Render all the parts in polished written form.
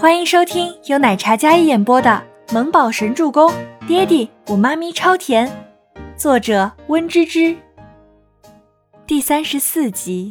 欢迎收听由奶茶嘉一演播的《萌宝神助攻》，爹地我妈咪超甜，作者温芝芝。第34集。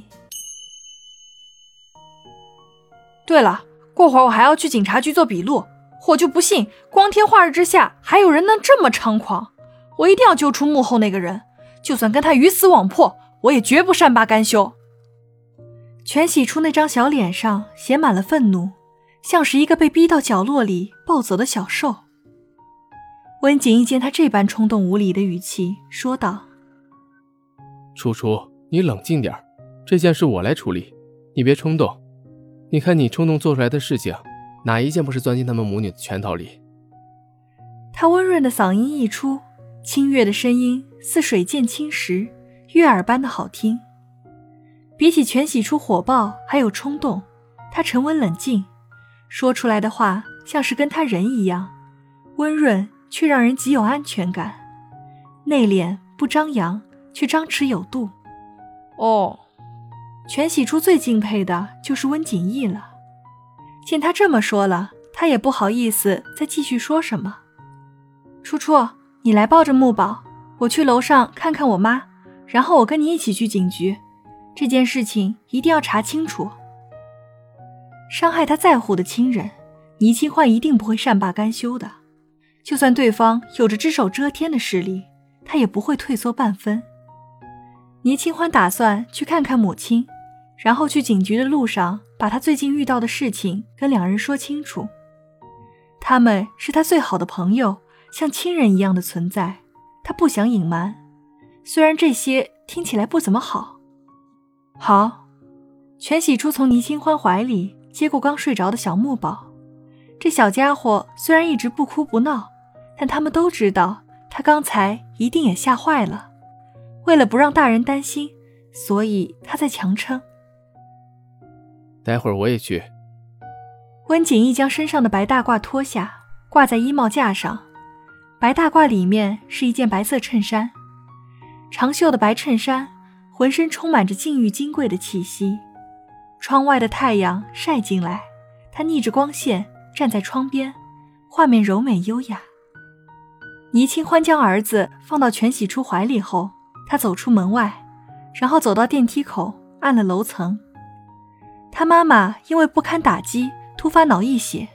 对了，过会儿我还要去警察局做笔录，我就不信光天化日之下还有人能这么猖狂，我一定要揪出幕后那个人，就算跟他鱼死网破，我也绝不善罢甘休。全喜初那张小脸上写满了愤怒，像是一个被逼到角落里暴走的小兽。温景逸见他这般冲动无理的语气，说道： 楚楚，你冷静点，这件事我来处理，你别冲动。你看你冲动做出来的事情，哪一件不是钻进他们母女的拳头里？ 他温润的嗓音一出，清越的声音似水溅青石，悦耳般的好听。比起全喜初火爆还有冲动，他沉稳冷静，说出来的话像是跟他人一样，温润却让人极有安全感，内敛不张扬，却张弛有度。哦，全喜初最敬佩的就是温景逸了。见他这么说了，他也不好意思再继续说什么。初初，你来抱着木宝，我去楼上看看我妈，然后我跟你一起去警局。这件事情一定要查清楚。伤害他在乎的亲人，倪清欢一定不会善罢甘休的。就算对方有着只手遮天的实力，他也不会退缩半分。倪清欢打算去看看母亲，然后去警局的路上把他最近遇到的事情跟两人说清楚。他们是他最好的朋友，像亲人一样的存在，他不想隐瞒，虽然这些听起来不怎么好。好，全喜初从倪清欢怀里接过刚睡着的小木宝。这小家伙虽然一直不哭不闹，但他们都知道他刚才一定也吓坏了。为了不让大人担心，所以他在强撑。 待会儿我也去。 温景逸将身上的白大褂脱下，挂在衣帽架上。白大褂里面是一件白色衬衫，长袖的白衬衫浑身充满着禁欲金贵的气息。窗外的太阳晒进来，他逆着光线站在窗边，画面柔美优雅。倪清欢将儿子放到全喜初怀里后，他走出门外，然后走到电梯口按了楼层。他妈妈因为不堪打击突发脑溢血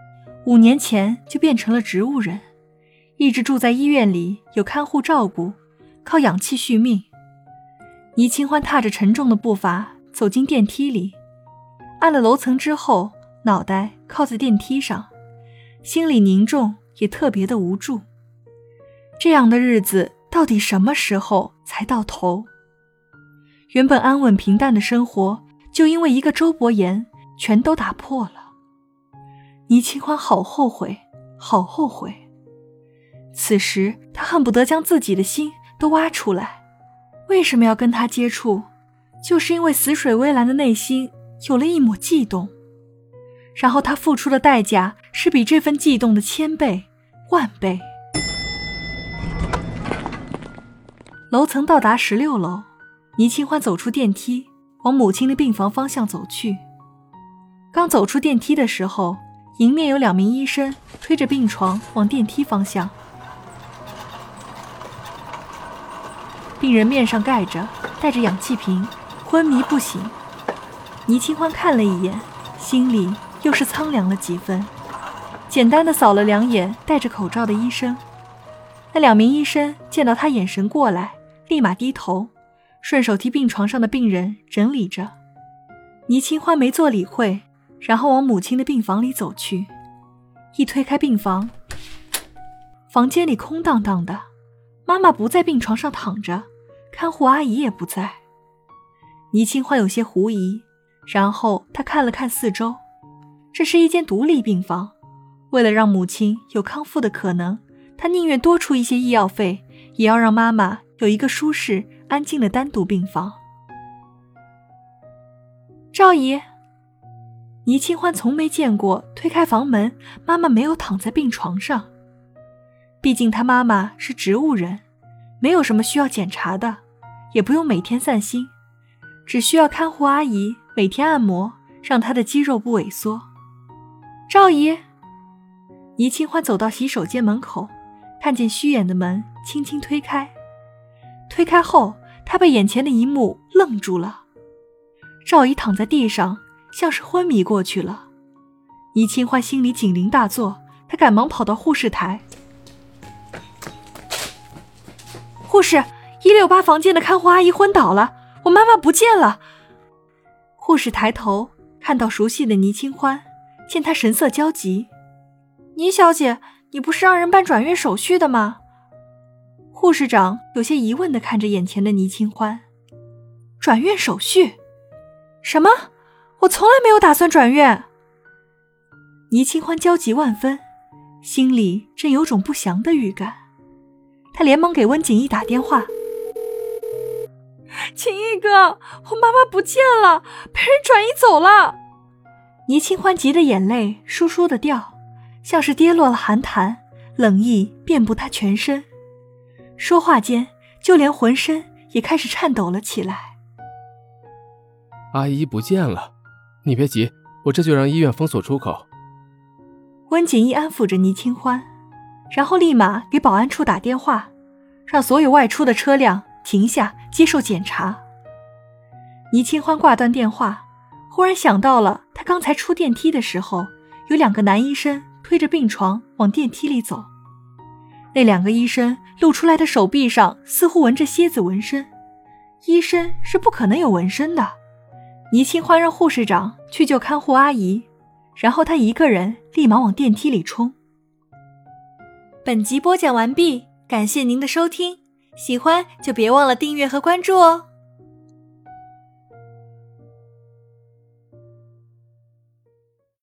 ，5年前就变成了植物人，一直住在医院里，有看护照顾，靠氧气续命。倪清欢踏着沉重的步伐走进电梯里，按了楼层之后，脑袋靠在电梯上，心里凝重也特别的无助。这样的日子到底什么时候才到头？原本安稳平淡的生活就因为一个周伯言全都打破了。倪清欢好后悔，好后悔。此时他恨不得将自己的心都挖出来。为什么要跟他接触？就是因为死水微澜的内心有了一抹悸动，然后他付出的代价是比这份悸动的1000倍、10000倍。楼层到达16楼，倪清欢走出电梯，往母亲的病房方向走去。刚走出电梯的时候，迎面有2名医生推着病床往电梯方向。病人面上盖着，带着氧气瓶，昏迷不醒。倪清欢看了一眼，心里又是苍凉了几分，简单的扫了2眼戴着口罩的医生。那2名医生见到他眼神过来，立马低头，顺手替病床上的病人整理着。倪清欢没做理会，然后往母亲的病房里走去。一推开病房，房间里空荡荡的，妈妈不在病床上躺着，看护阿姨也不在。倪清欢有些狐疑，然后她看了看四周，这是一间独立病房，为了让母亲有康复的可能，她宁愿多出一些医药费，也要让妈妈有一个舒适安静的单独病房。赵姨。倪清欢从没见过推开房门，妈妈没有躺在病床上。毕竟她妈妈是植物人，没有什么需要检查的，也不用每天散心，只需要看护阿姨每天按摩，让她的肌肉不萎缩。 赵姨。倪清欢走到洗手间门口，看见虚掩的门，轻轻推开。推开后，她被眼前的一幕愣住了。赵姨躺在地上，像是昏迷过去了。倪清欢心里警铃大作，她赶忙跑到护士台。护士，168房间的看护阿姨昏倒了，我妈妈不见了。护士抬头看到熟悉的倪清欢，见她神色焦急。倪小姐，你不是让人办转院手续的吗？护士长有些疑问地看着眼前的倪清欢。转院手续？什么？我从来没有打算转院。倪清欢焦急万分，心里正有种不祥的预感。她连忙给温景逸打电话。景逸哥，我妈妈不见了，被人转移走了。倪清欢急得眼泪簌簌地掉，像是跌落了寒潭，冷意遍布她全身。说话间，就连浑身也开始颤抖了起来。 阿姨不见了，你别急，我这就让医院封锁出口。 温景逸安抚着倪清欢，然后立马给保安处打电话，让所有外出的车辆停下接受检查。倪清欢挂断电话，忽然想到了他刚才出电梯的时候，有2个男医生推着病床往电梯里走。那2个医生露出来的手臂上似乎纹着蝎子纹身，医生是不可能有纹身的。倪清欢让护士长去救看护阿姨，然后他一个人立马往电梯里冲。本集播讲完毕，感谢您的收听，喜欢就别忘了订阅和关注哦。